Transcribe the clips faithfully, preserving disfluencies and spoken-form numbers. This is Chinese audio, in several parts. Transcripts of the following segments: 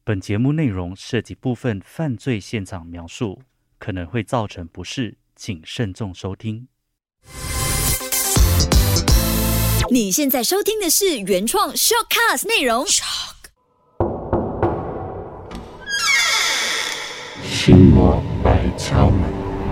本节目内容涉及部分犯罪现场描述，可能会造成不适，请慎重收听。 你现在收听的是原创 Shortcast 内容。 心魔来敲门。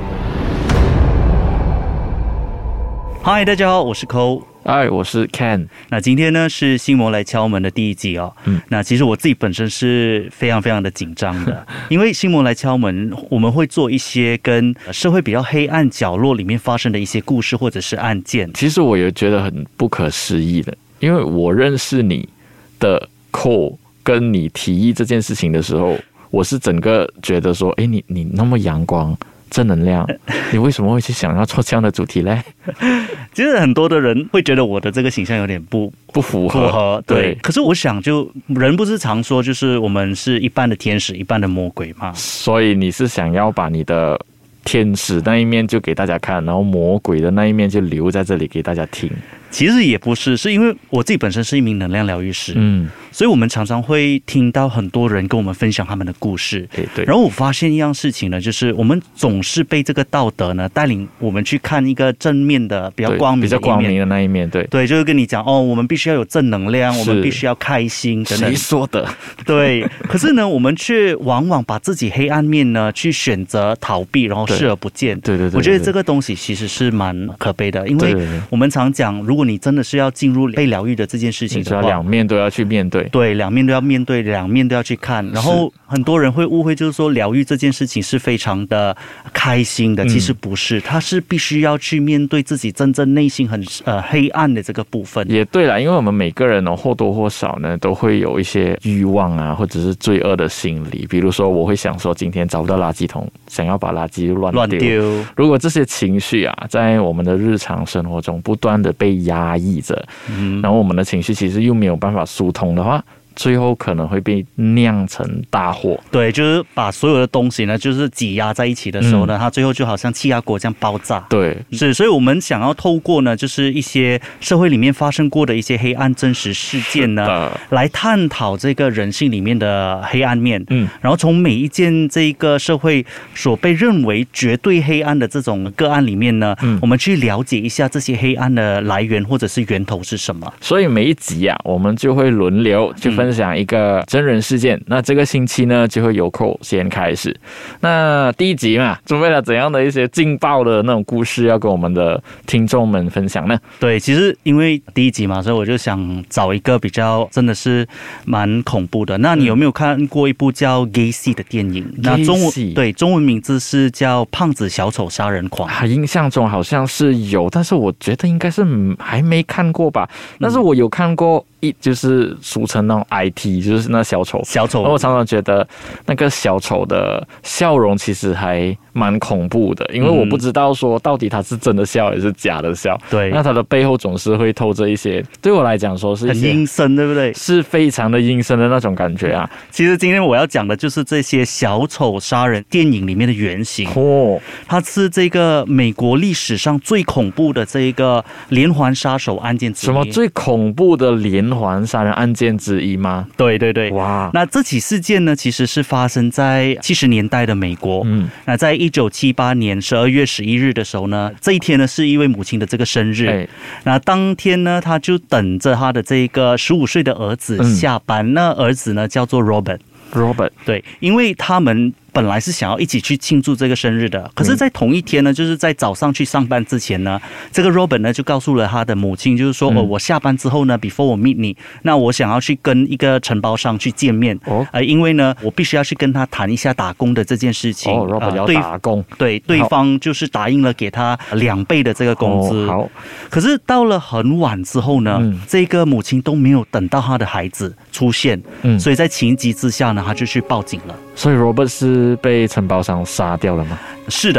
嗨，大家好，我是 Cole。 嗨，我是 Ken。 那今天呢是心魔来敲门的第一集哦。嗯，那其实我自己本身是非常非常的紧张的，因为心魔来敲门，我们会做一些跟社会比较黑暗角落里面发生的一些故事或者是案件。 其实我也觉得很不可思议的，因为我认识你的 Cole 跟你提议这件事情的时候，我是整个觉得说，哎，你你那么阳光。正能量，你为什么会去想要做这样的主题嘞？ 其实很多的人会觉得我的这个形象有点不不符合， 符合对。 对， 可是我想就，人不是常说，就是我们是一半的天使，一半的魔鬼嘛。 所以你是想要把你的天使那一面就给大家看，然后魔鬼的那一面就留在这里给大家听。 其实也不是，是因为我自己本身是一名能量疗愈师，嗯，所以我们常常会听到很多人跟我们分享他们的故事， 对对。 然后我发现一样事情呢，就是我们总是被这个道德呢带领我们去看一个正面的、比较光明的一面， 比较光明的那一面，对对，就是跟你讲哦，我们必须要有正能量，我们必须要开心等等。 谁说的？ 对，可是呢，我们却往往把自己黑暗面呢去选择逃避，然后视而不见。 对对 对, 对, 对， 我觉得这个东西其实是蛮可悲的，因为我们常讲，如果你真的是要进入被疗愈的这件事情的话， 两面都要去面对。 对，两面都要面对，两面都要去看。然后很多人会误会，就是说疗愈这件事情是非常的开心的，其实不是，它是必须要去面对自己真正内心很呃黑暗的这个部分。 也对啦，因为我们每个人哦或多或少呢都会有一些欲望啊，或者是罪恶的心理。比如说，我会想说，今天找不到垃圾桶，想要把垃圾乱丢。乱丢。如果这些情绪啊，在我们的日常生活中不断的被压抑着。嗯，然后我们的情绪其实又没有办法疏通的话，最后可能会被酿成大祸。 对，就是把所有的东西呢，就是挤压在一起的时候呢，嗯、它最后就好像气压锅这样爆炸。 对， 是，所以我们想要透过呢，就是一些社会里面发生过的一些黑暗真实事件呢，来探讨这个人性里面的黑暗面。嗯，然后从每一件这个社会所被认为绝对黑暗的这种个案里面呢，嗯、我们去了解一下这些黑暗的来源或者是源头是什么。 所以每一集啊，我们就会轮流去分。分享一个真人事件，那这个星期呢就会由 Cole 先开始。那第一集嘛，准备了怎样的一些劲爆的那种故事要跟我们的听众们分享呢？ 对，其实因为第一集嘛，所以我就想找一个比较真的是蛮恐怖的。那你有没有看过一部叫 Gacy 的电影？嗯、那中文对中文名字是叫《胖子小丑杀人狂》。 印象中好像是有，但是我觉得应该是还没看过吧。但是我有看过。一就是俗称那种 I T， 就是那小丑。 小丑， 我常常觉得那个小丑的笑容其实还蛮恐怖的，因为我不知道说到底他是真的笑还是假的笑。 对， 那他的背后总是会透着一些，对我来讲说是一些很阴森，对不对？ 是非常的阴森的那种感觉啊。 其实今天我要讲的就是这些小丑杀人电影里面的原型。哦，它是这个美国历史上最恐怖的这一个连环杀手案件之一。 什么最恐怖的连环杀人案件之一吗？ 对对对， 哇！ 那这起事件呢，其实是发生在七十年代的美国。嗯，那在一九七八年十二月十一日的时候呢，这一天呢是一位母亲的这个生日。哎、那当天呢，他就等着他的这个十五岁的儿子下班。嗯、那儿子呢叫做 Robert。Robert， 对，因为他们本来是想要一起去庆祝这个生日的，可是在同一天呢，就是在早上去上班之前呢，这个 Robert 呢就告诉了他的母亲，就是说、嗯、哦，我下班之后呢 ，before 我 meet 你，那我想要去跟一个承包商去见面，哦，呃，因为呢，我必须要去跟他谈一下打工的这件事情。 哦 ，Robert 要打工， 呃、对，对方就是答应了给他两倍的这个工资。 哦、好， 可是到了很晚之后呢，嗯、这个母亲都没有等到他的孩子出现，嗯，所以在情急之下呢，他就去报警了。 所以 Robert 是被承包商杀掉了吗？ 是的。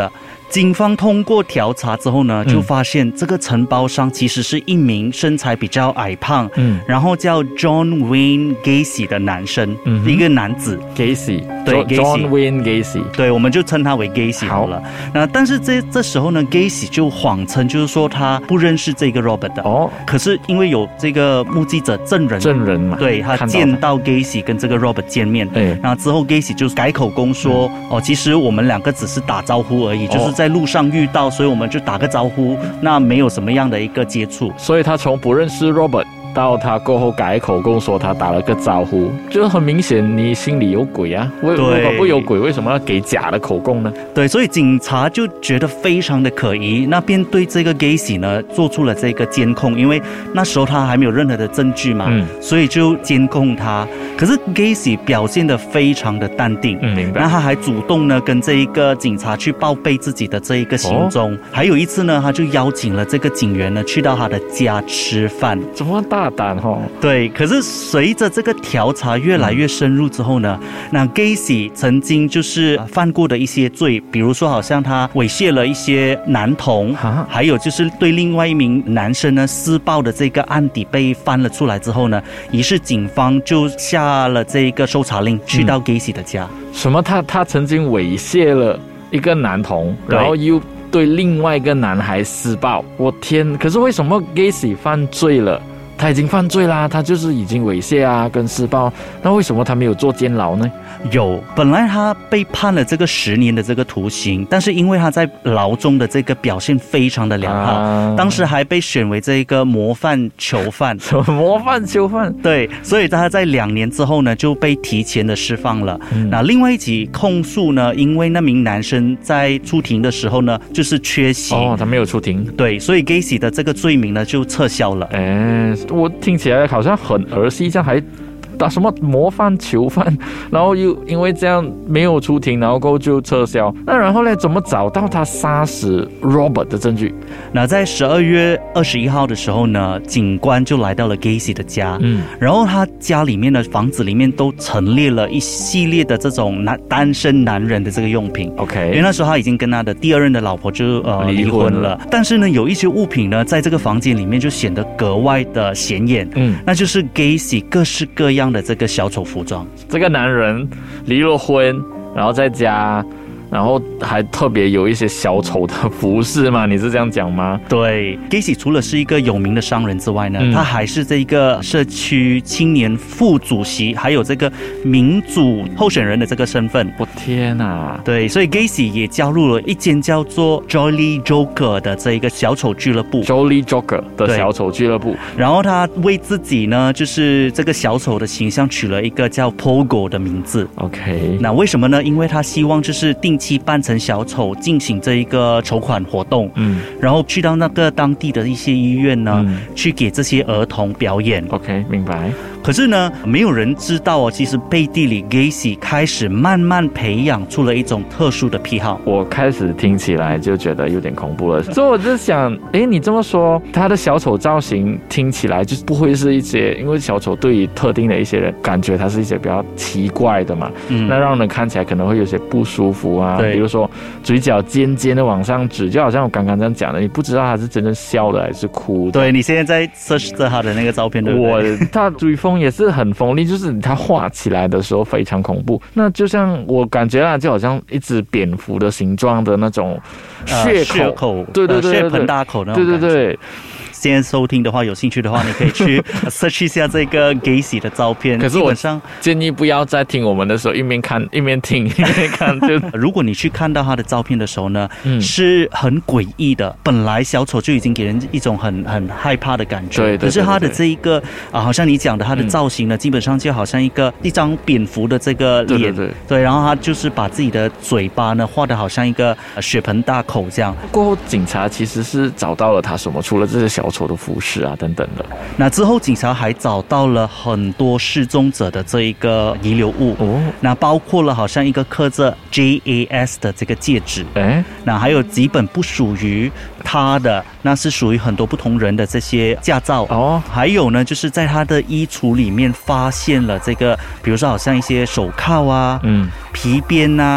警方通过调查之后呢，就发现这个承包商其实是一名身材比较矮胖，嗯，然后叫 John Wayne Gacy 的男生，嗯，一个男子 Gacy， 对 ，John Wayne Gacy， 对，我们就称他为 Gacy 好了。那但是这这时候呢 ，Gacy 就谎称就是说他不认识这个 Robert 的哦，可是因为有这个目击者证人， 证人嘛， 对他见到 Gacy 跟这个 Robert 见面，哎，然后之后 Gacy 就改口供说，嗯、哦，其实我们两个只是打招呼而已，哦、就是在路上遇到，所以我们就打个招呼，那没有什么样的一个接触。 所以他从不认识 Robert 到他过后改口供说他打了个招呼，就很明显你心里有鬼啊！如果不有鬼，为什么要给假的口供呢？ 对，所以警察就觉得非常的可疑，那便对这个 Gacy 呢做出了这个监控，因为那时候他还没有任何的证据嘛，嗯、所以就监控他。可是 Gacy 表现得非常的淡定， 嗯，明白。 那他还主动呢跟这一个警察去报备自己的这一个行踪，哦、还有一次呢，他就邀请了这个警员呢去到他的家吃饭， 怎么大胆哦？ 对，可是随着这个调查越来越深入之后呢，嗯、那 Gacy 曾经就是犯过的一些罪，比如说好像他猥亵了一些男童，还有就是对另外一名男生呢施暴的这个案底被翻了出来之后呢，于是警方就下了这个搜查令，去到 Gacy 的家。 嗯、什么？他他曾经猥亵了一个男童，然后又对另外一个男孩施暴。我天！可是为什么 Gacy 犯罪了？他已经犯罪啦，他就是已经猥亵啊跟施暴，那为什么他没有坐监牢呢？ 有，本来他被判了这个十年的这个徒刑，但是因为他在牢中的这个表现非常的良好，啊、当时还被选为这个模范囚犯。 什么模范囚犯？ 对，所以他在两年之后呢就被提前的释放了。嗯、那另外一起控诉呢，因为那名男生在出庭的时候呢就是缺席， 哦，他没有出庭， 对，所以 Gacy 的这个罪名呢就撤销了。 哎，我听起来好像很儿戏，这样还打什么模范囚犯，然后又因为这样没有出庭，然后就撤销。那然后呢，怎么找到他杀死 Robert 的证据？ 那在十二月二十一号的时候呢，警官就来到了 Gacy 的家，嗯，然后他家里面的房子里面都陈列了一系列的这种男单身男人的这个用品。 OK， 因为那时候他已经跟他的第二任的老婆就呃离婚了，但是呢，有一些物品呢，在这个房间里面就显得格外的显眼，嗯，那就是 Gacy 各式各样的这个小丑服装。 这个男人离了婚，然后在家，然后还特别有一些小丑的服饰嘛？你是这样讲吗？ 对 ，Gacy 除了是一个有名的商人之外呢，嗯、他还是这个社区青年副主席，还有这个民主候选人的这个身份。 我天哪！ 对，所以 Gacy 也加入了一间叫做 Jolly Joker 的这一个小丑俱乐部。 Jolly Joker 的小丑俱乐部。 然后他为自己呢，就是这个小丑的形象取了一个叫 Pogo 的名字。 OK， 那为什么呢？因为他希望就是定期扮成小丑进行这一个筹款活动，嗯，然后去到那个当地的一些医院呢，嗯、去给这些儿童表演。 OK， 明白。 可是呢，没有人知道哦，其实背地里 Gacy 开始慢慢培养出了一种特殊的癖好。 我开始听起来就觉得有点恐怖了，所以我就想，哎，你这么说，他的小丑造型听起来就不会是一些，因为小丑对于特定的一些人，感觉他是一些比较奇怪的嘛，嗯，那让人看起来可能会有些不舒服啊，比如说嘴角尖尖的往上指，就好像我刚刚这样讲的，你不知道他是真的笑的还是哭的。 对，你现在在 search 着他的那个照片，对不对？ 我他嘴风也是很锋利，就是他画起来的时候非常恐怖。那就像我感觉啊，就好像一只蝙蝠的形状的那种血口，呃、血口对对 对, 对，血盆大口那种感觉。 对对对。 现在收听的话，有兴趣的话，你可以去 search 一下这个 Gacy 的照片。 可是我建议不要在听我们的时候一面看一面听一面看。就如果你去看到他的照片的时候呢，嗯、是很诡异的。本来小丑就已经给人一种很很害怕的感觉， 对对对对， 可是他的这一个啊，好像你讲的他的造型呢，嗯、基本上就好像一个一张蝙蝠的这个脸，对对对，对，然后他就是把自己的嘴巴呢画得好像一个血盆大口这样。 过后警察其实是找到了他什么？除了这些小丑的服饰啊等等的， 那之后警察还找到了很多失踪者的这一个遗留物哦，那包括了好像一个刻着 J A S 的这个戒指，哎，那还有几本不属于他的，那是属于很多不同人的这些驾照哦，还有呢，就是在他的衣橱里面发现了这个，比如说好像一些手铐啊，嗯，皮鞭啊。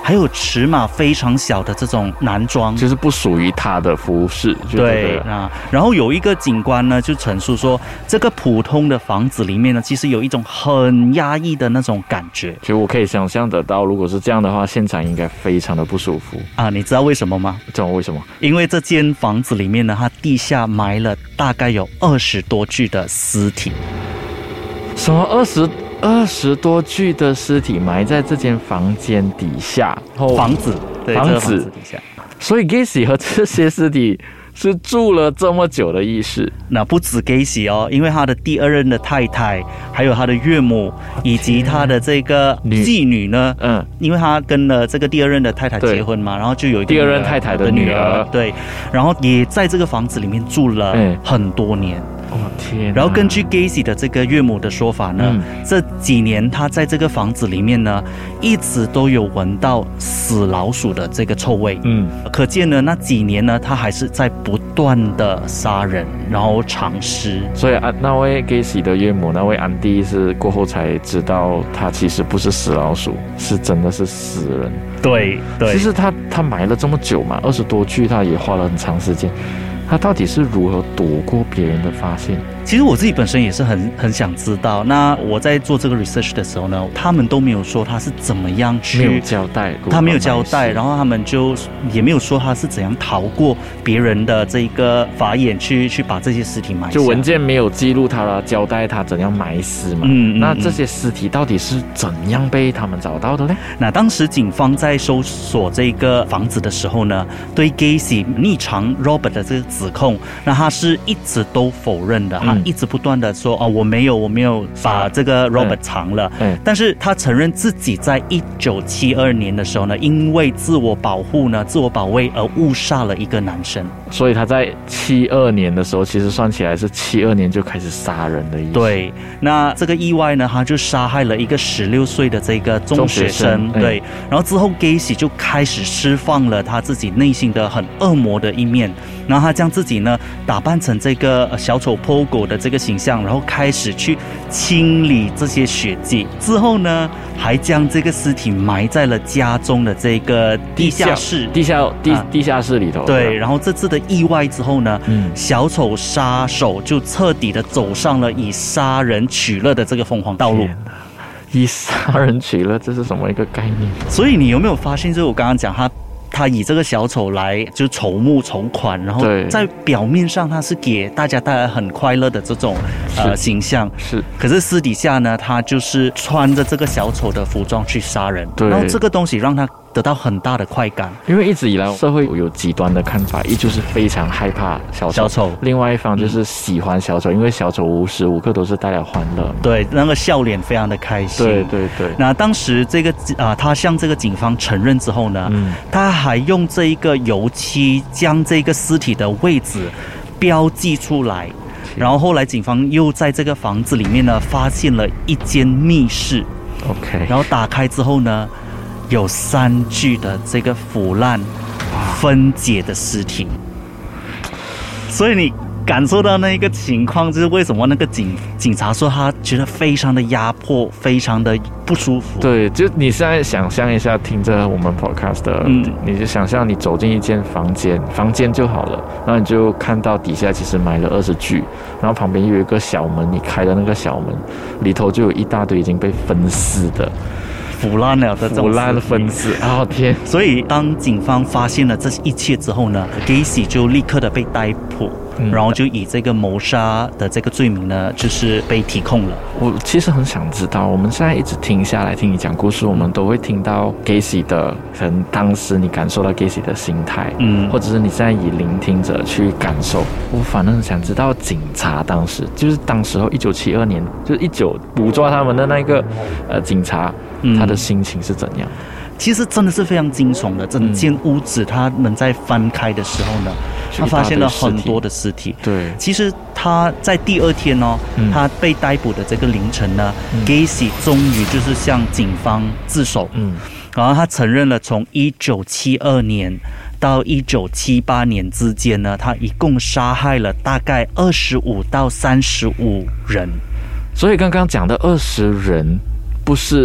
还有尺码非常小的这种男装， 就是不属于他的服饰。 对啊，然后有一个警官呢就陈述说，这个普通的房子里面呢，其实有一种很压抑的那种感觉。 就我可以想象得到，如果是这样的话，现场应该非常的不舒服啊！你知道为什么吗？ 这种为什么？ 因为这间房子里面呢，它地下埋了大概有二十多具的尸体。 什么二十二十多具的尸体埋在这间房间底下？ 房子，对， 房子, 这个房子底下。 所以 Gacy 和这些尸体是住了这么久的意识。 那不止 Gacy 哦，因为他的第二任的太太，还有他的岳母，以及他的这个继女呢，嗯，因为他跟了这个第二任的太太结婚嘛，然后就有一个第二任太太的女儿， 对，然后也在这个房子里面住了很多年。 哦天！ 然后根据 Gacy 的这个岳母的说法呢，嗯、这几年他在这个房子里面呢，一直都有闻到死老鼠的这个臭味。嗯，可见呢，那几年呢，他还是在不断的杀人，然后藏尸。 所以啊，那位 Gacy 的岳母，那位安迪是过后才知道，他其实不是死老鼠，是真的是死人。 对对， 其实他他埋了这么久嘛，二十多具，他也花了很长时间。他到底是如何躲过别人的发现？ 其实我自己本身也是很很想知道。那我在做这个 research 的时候呢，他们都没有说他是怎么样去， 没有交代， 他没有交代，然后他们就也没有说他是怎样逃过别人的这个法眼去去把这些尸体埋下。 就文件没有记录他了，交代他怎样埋尸嘛。嗯, 嗯, 嗯那这些尸体到底是怎样被他们找到的呢？ 那当时警方在搜索这个房子的时候呢，对 Gacy 匿藏 Robert 的这个指控，那他是一直都否认的。嗯一直不断的说哦，我没有，我没有把这个 Robert 藏了。嗯，但是他承认自己在一九七二年的时候呢，因为自我保护呢、自我保卫而误杀了一个男生。 所以他在七二年的时候，其实算起来是七二年就开始杀人的意思。 对，那这个意外呢，他就杀害了一个十六岁的这个中学生。对，然后之后 Gacy 就开始释放了他自己内心的很恶魔的一面，然后他将自己呢打扮成这个小丑 Pogo 的这个形象，然后开始去清理这些血迹，之后呢还将这个尸体埋在了家中的这个地下室地下地、啊、地下室里头。 对，然后这次的意外之后呢、嗯、小丑杀手就彻底的走上了以杀人取乐的这个疯狂道路。 以杀人取乐，这是什么一个概念？ 所以你有没有发现，就是我刚刚讲他他以这个小丑来就筹募筹款，然后在表面上他是给大家带来很快乐的这种呃形象， 是， 可是私底下呢，他就是穿着这个小丑的服装去杀人， 对， 然后这个东西让他得到很大的快感。 因为一直以来社会有极端的看法，一就是非常害怕小丑， 小丑另外一方就是喜欢小丑、嗯、因为小丑无时无刻都是带来欢乐， 对，那个笑脸非常的开心。 对对对。 那当时这个啊、呃，他向这个警方承认之后呢，嗯，他还用这一个油漆将这个尸体的位置标记出来，然后后来警方又在这个房子里面呢发现了一间密室 ，OK， 然后打开之后呢，有三具的这个腐烂、分解的尸体，所以你感受到那个情况，就是为什么那个警警察说他觉得非常的压迫，非常的不舒服。 对，就你现在想象一下，听着我们 podcast 的，嗯，你就想象你走进一间房间，房间就好了，然后你就看到底下其实埋了二十具，然后旁边有一个小门，你开的那个小门里头就有一大堆已经被分尸的。 腐烂了的这种腐烂的分子，哦天！ 所以当警方发现了这一切之后呢 ，Gacy 就立刻的被逮捕，嗯、然后就以这个谋杀的这个罪名呢，就是被提控了。 我其实很想知道，我们现在一直听下来听你讲故事，我们都会听到 Gacy 的，可能当时你感受到 Gacy 的心态，嗯，或者是你现在以聆听者去感受。我反正想知道警察当时就是当时候一九七二年，就是一九捕捉他们的那个呃警察。他的心情是怎样？ 其实真的是非常惊悚的。整间屋子，他们在翻开的时候呢，他发现了很多的尸体。 对， 其实他在第二天哦，嗯、他被逮捕的这个凌晨呢、嗯、，Gacy 终于就是向警方自首。嗯，然后他承认了，从一九七二年到一九七八年之间呢，他一共杀害了大概二十五到三十五人。 所以刚刚讲的二十人。不是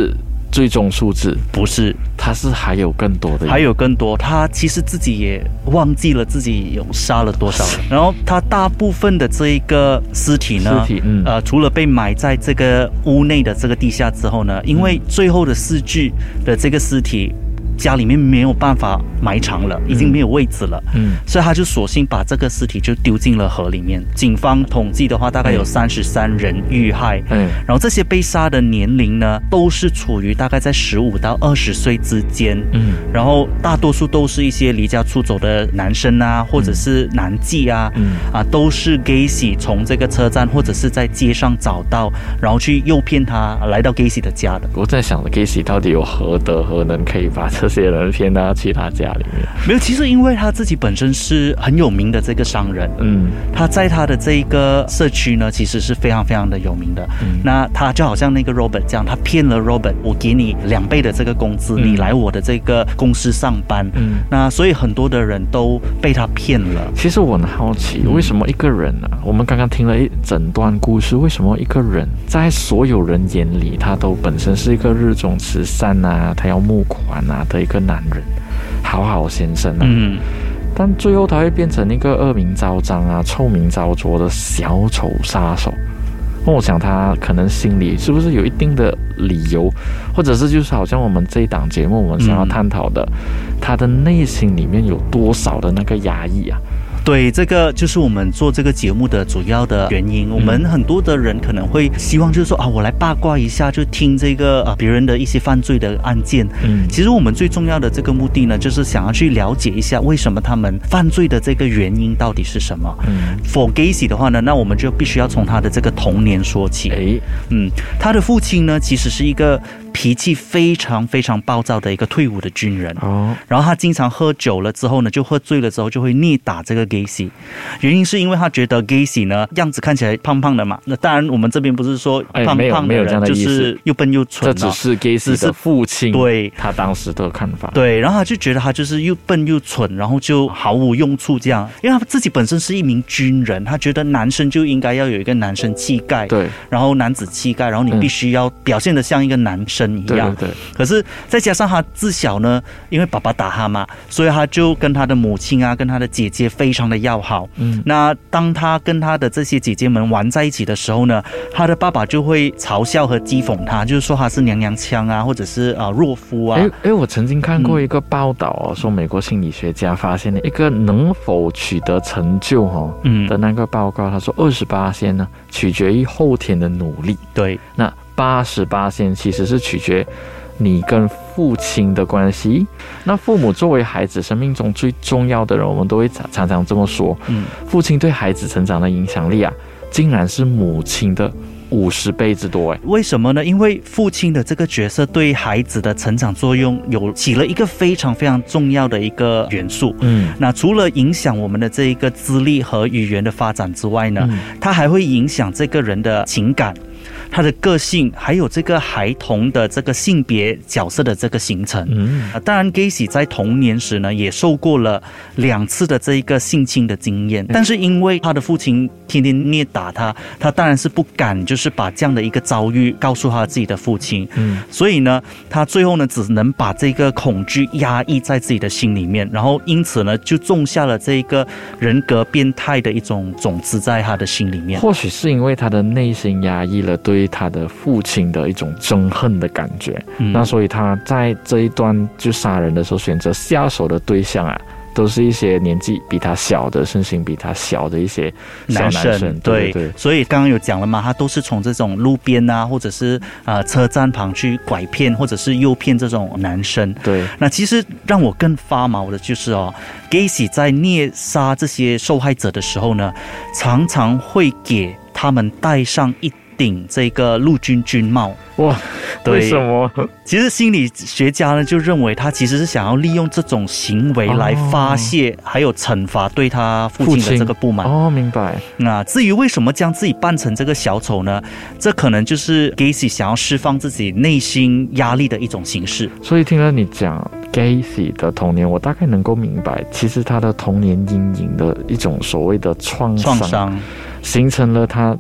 最终数字， 不是， 他是还有更多的， 还有更多。他其实自己也忘记了自己有杀了多少人。然后他大部分的这一个尸体呢， 尸体嗯、 呃，除了被埋在这个屋内的这个地下之后呢，因为最后的四具的这个尸体，家里面没有办法埋藏了，已经没有位置了，嗯，所以他就索性把这个尸体就丢进了河里面。警方统计的话，大概有三十三人遇害，嗯，然后这些被杀的年龄呢，都是处于大概在十五到二十岁之间，嗯，然后大多数都是一些离家出走的男生啊，或者是男妓啊，嗯啊，都是 Gacy 从这个车站或者是在街上找到，然后去诱骗他来到 Gacy 的家的。 我在想 ，Gacy 到底有何德何能可以把这这些人骗到去他家里面？ 没有，其实因为他自己本身是很有名的这个商人，嗯，他在他的这一个社区呢，其实是非常非常的有名的。嗯，那他就好像那个 Robert 这样，他骗了 Robert， 我给你两倍的这个工资，嗯，你来我的这个公司上班。嗯，那所以很多的人都被他骗了。 其实我很好奇，为什么一个人啊，我们刚刚听了一整段故事，为什么一个人在所有人眼里，他都本身是一个日种慈善啊，他要募款啊的一个男人，好好先生啊，嗯，但最后他会变成一个恶名昭彰啊、臭名昭著的小丑杀手。我想他可能心里是不是有一定的理由，或者是就是好像我们这一档节目我们想要探讨的，嗯，他的内心里面有多少的那个压抑啊？ 对，这个就是我们做这个节目的主要的原因。我们很多的人可能会希望就是说啊，我来八卦一下，就听这个啊别人的一些犯罪的案件。嗯，其实我们最重要的这个目的呢，就是想要去了解一下为什么他们犯罪的这个原因到底是什么。嗯 ，For Gacy 的话呢，那我们就必须要从他的这个童年说起。哎，嗯，他的父亲呢，其实是一个脾气非常非常暴躁的一个退伍的军人。哦，然后他经常喝酒了之后呢，就喝醉了之后就会虐打这个 Gacy， 原因是因为他觉得 Gacy 呢样子看起来胖胖的嘛。那当然我们这边不是说胖胖的人就是又笨又蠢， 这只是 Gacy 的父亲对他当时的看法。 对，然后他就觉得他就是又笨又蠢，然后就毫无用处这样。因为他自己本身是一名军人，他觉得男生就应该要有一个男生气概，对，然后男子气概，然后你必须要表现得像一个男生一样。对对对。可是再加上他自小呢，因为爸爸打他嘛，所以他就跟他的母亲啊，跟他的姐姐非常的要好。嗯，那当他跟他的这些姐姐们玩在一起的时候呢，他的爸爸就会嘲笑和讥讽他，就是说他是娘娘腔啊，或者是啊弱夫啊。 哎哎，我曾经看过一个报道哦，嗯，说美国心理学家发现了一个能否取得成就哦的那个报告，他说二十八%呢取决于后天的努力，对，那八十八%其实是取决你跟父亲的关系。那父母作为孩子生命中最重要的人，我们都会常常这么说，嗯，父亲对孩子成长的影响力啊，竟然是母亲的五十倍之多。哎， 为什么呢？因为父亲的这个角色对孩子的成长作用有起了一个非常非常重要的一个元素。嗯，那除了影响我们的这一个资历和语言的发展之外呢，嗯，它还会影响这个人的情感，他的个性，还有这个孩童的这个性别角色的这个形成。嗯，当然 Gacy 在童年时呢也受过了两次的这一个性侵的经验，但是因为他的父亲天天虐打他，他当然是不敢就是把这样的一个遭遇告诉他自己的父亲。嗯，所以呢他最后呢只能把这个恐惧压抑在自己的心里面，然后因此呢就种下了这个人格变态的一种种子在他的心里面。 或许是因为他的内心压抑了对他的父亲的一种憎恨的感觉，嗯，那所以他在这一段就杀人的时候选择下手的对象啊，都是一些年纪比他小的，身形比他小的一些小男生。男生对，对，所以刚刚有讲了嘛，他都是从这种路边啊，或者是呃车站旁去拐骗或者是诱骗这种男生。对，那其实让我更发毛的就是哦 ，Gacy 在虐杀这些受害者的时候呢，常常会给他们戴上一顶这个陆军军帽。 哇，为什么？ 其实心理学家呢就认为他其实是想要利用这种行为来发泄，哦，还有惩罚对他父亲的这个不满。 哦，明白。 那至于为什么将自己扮成这个小丑呢？这可能就是 Gacy 想要释放自己内心压力的一种形式。 所以听了你讲 Gacy 的童年，我大概能够明白，其实他的童年阴影的一种所谓的创伤，创伤形成了他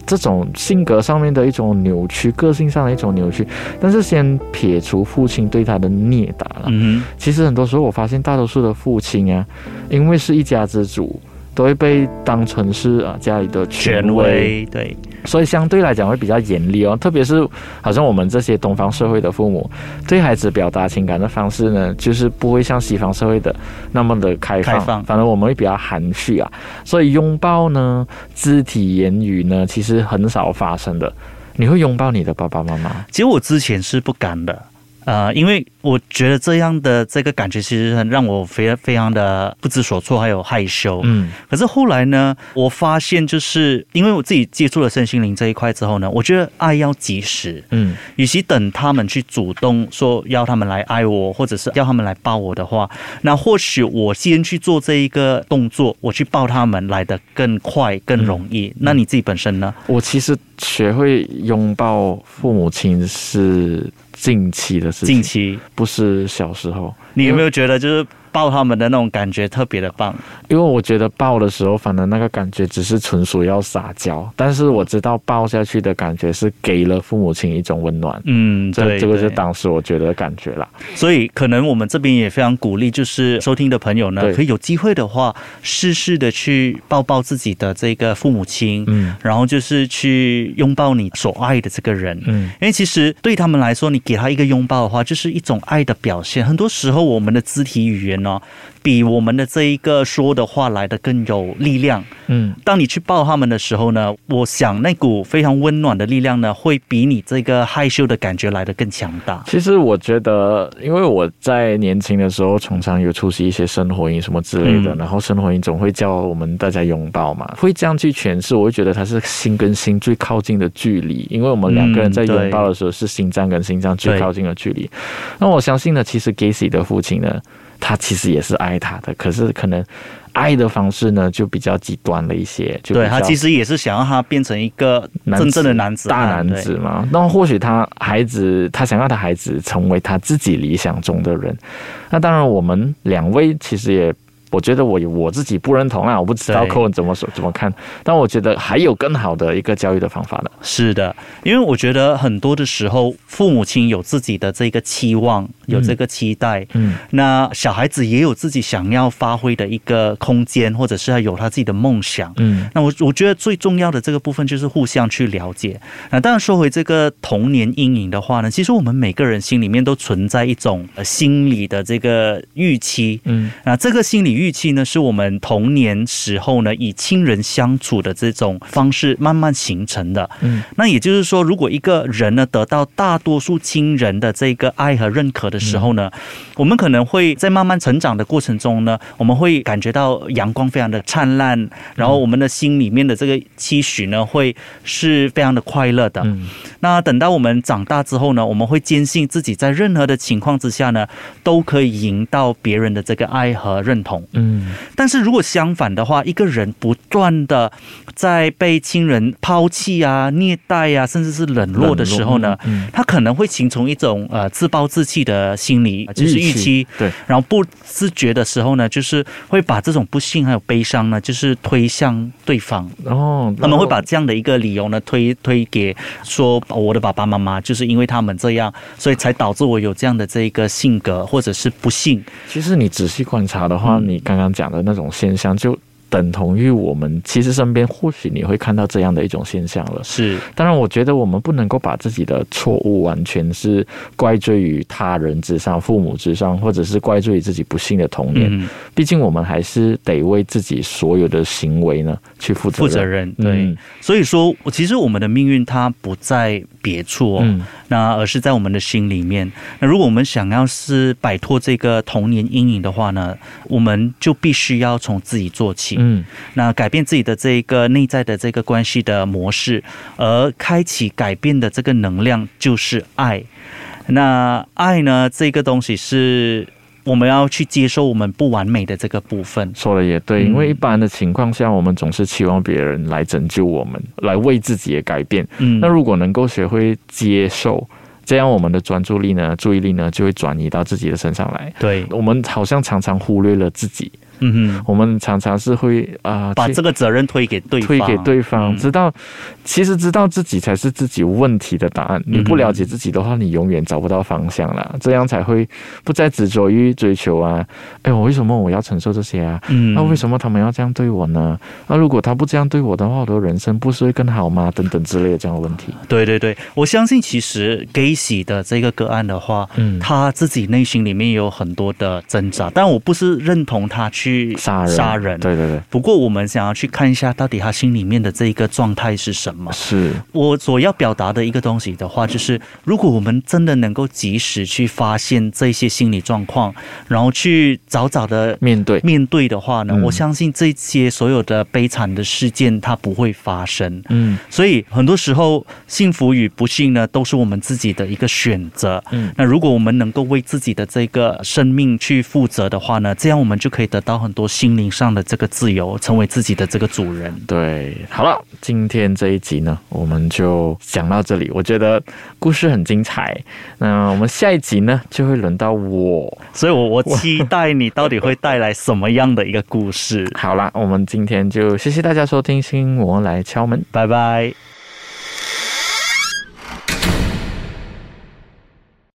这种性格上面的一种扭曲，个性上的一种扭曲。但是先撇除父亲对他的虐打了，嗯，其实很多时候我发现大多数的父亲啊，因为是一家之主，都会被当成是啊家里的权威，权威对。所以相对来讲会比较严厉哦，特别是好像我们这些东方社会的父母对孩子表达情感的方式呢，就是不会像西方社会的那么的开放，开放反而我们会比较含蓄啊。所以拥抱呢，肢体言语呢，其实很少发生的。你会拥抱你的爸爸妈妈？ 其实我之前是不敢的。呃，因为我觉得这样的这个感觉其实很让我非非常的不知所措，还有害羞。嗯，可是后来呢，我发现就是因为我自己接触了身心灵这一块之后呢，我觉得爱要及时。嗯，与其等他们去主动说要他们来爱我，或者是要他们来抱我的话，那或许我先去做这一个动作，我去抱他们来得更快、更容易。嗯、那你自己本身呢？ 我其实学会拥抱父母亲是近期的事情， 近期不是小时候。 你有没有觉得就是抱他们的那种感觉特别的棒？ 因为我觉得抱的时候，反正那个感觉只是纯属要撒娇，但是我知道抱下去的感觉是给了父母亲一种温暖。嗯，对，这个是当时我觉得的感觉啦。 所以可能我们这边也非常鼓励，就是收听的朋友呢，可以有机会的话，试试的去抱抱自己的这个父母亲，嗯，然后就是去拥抱你所爱的这个人，嗯，因为其实对他们来说，你给他一个拥抱的话，就是一种爱的表现。很多时候，我们的肢体语言呢，比我们的这一个说的话来的更有力量。嗯，当你去抱他们的时候呢，我想那股非常温暖的力量呢，会比你这个害羞的感觉来的更强大。 其实我觉得，因为我在年轻的时候，常常有出席一些生活营什么之类的，嗯、然后生活营总会叫我们大家拥抱嘛，会这样去诠释，我会觉得它是心跟心最靠近的距离，因为我们两个人在拥抱的时候是心脏跟心脏最靠近的距离。那我相信呢，其实 Gacy 的父亲呢，他其实也是爱他的，可是可能爱的方式呢就比较极端了一些。就对，他其实也是想要他变成一个真正的男子大男子嘛。那或许他孩子，他想要他孩子成为他自己理想中的人。那当然，我们两位其实也。我觉得我我自己不认同啊，我不知道寇文怎么说怎么看，但我觉得还有更好的一个教育的方法的。 是的，因为我觉得很多的时候，父母亲有自己的这个期望，有这个期待，嗯，那小孩子也有自己想要发挥的一个空间，或者是他有他自己的梦想，嗯，那我我觉得最重要的这个部分就是互相去了解。那当然说回这个童年阴影的话呢，其实我们每个人心里面都存在一种心理的这个预期，嗯，那这个心理预期呢，是我们童年时候呢以亲人相处的这种方式慢慢形成的。嗯，那也就是说，如果一个人呢得到大多数亲人的这个爱和认可的时候呢，嗯、我们可能会在慢慢成长的过程中呢，我们会感觉到阳光非常的灿烂，然后我们的心里面的这个期许呢，会是非常的快乐的。嗯，那等到我们长大之后呢，我们会坚信自己在任何的情况之下呢，都可以赢到别人的这个爱和认同。嗯，但是如果相反的话，一个人不断的在被亲人抛弃啊、虐待啊，甚至是冷落的时候呢，嗯、他可能会形成一种呃自暴自弃的心理，就是预期。对，然后不自觉的时候呢，就是会把这种不幸还有悲伤呢，就是推向对方。哦，他们会把这样的一个理由呢推推给说我的爸爸妈妈，就是因为他们这样，所以才导致我有这样的这个性格，或者是不幸。 其实你仔细观察的话，嗯、你刚刚讲的那种现象就等同于我们其实身边或许你会看到这样的一种现象了。是，当然我觉得我们不能够把自己的错误完全是怪罪于他人之上、父母之上，或者是怪罪于自己不幸的童年。嗯、毕竟我们还是得为自己所有的行为呢去负责任。负责任， 对。嗯、所以说，其实我们的命运它不在别处哦，嗯、那而是在我们的心里面。那如果我们想要是摆脱这个童年阴影的话呢，我们就必须要从自己做起。嗯，那改变自己的这个内在的这个关系的模式，而开启改变的这个能量就是爱。那爱呢，这个东西是我们要去接受我们不完美的这个部分。 说的也对，因为一般的情况下，我们总是期望别人来拯救我们，来为自己的改变。嗯，那如果能够学会接受，这样我们的专注力呢、注意力呢，就会转移到自己的身上来。对，我们好像常常忽略了自己。 嗯哼，我们常常是会啊、呃、 把这个责任推给对方， 推给对方， 嗯、 知道其实知道自己才是自己问题的答案。你不了解自己的话，你永远找不到方向啦。这样才会不再执着于追求啊。哎，我为什么我要承受这些啊？嗯，那为什么他们要这样对我呢？那如果他不这样对我的话，我的人生不是会更好吗？等等之类的这样的问题。 对对对，我相信其实 Gacy 的这个个案的话，嗯，他自己内心里面也有很多的挣扎，但我不是认同他去杀人。 杀人， 对对对。 不过我们想要去看一下，到底他心里面的这个状态是什么？ 是我所要表达的一个东西的话，就是如果我们真的能够及时去发现这些心理状况，然后去早早的面对面对的话呢，嗯、我相信这些所有的悲惨的事件它不会发生。嗯，所以很多时候幸福与不幸呢，都是我们自己的一个选择。嗯，那如果我们能够为自己的这个生命去负责的话呢，这样我们就可以得到很多心灵上的这个自由，成为自己的这个主人。 对，好了，今天这一集呢，我们就讲到这里。我觉得故事很精彩，那我们下一集呢，就会轮到我， 所以我我期待你到底会带来什么样的一个故事。 好啦，我们今天就谢谢大家收听新闻来敲门， 拜拜。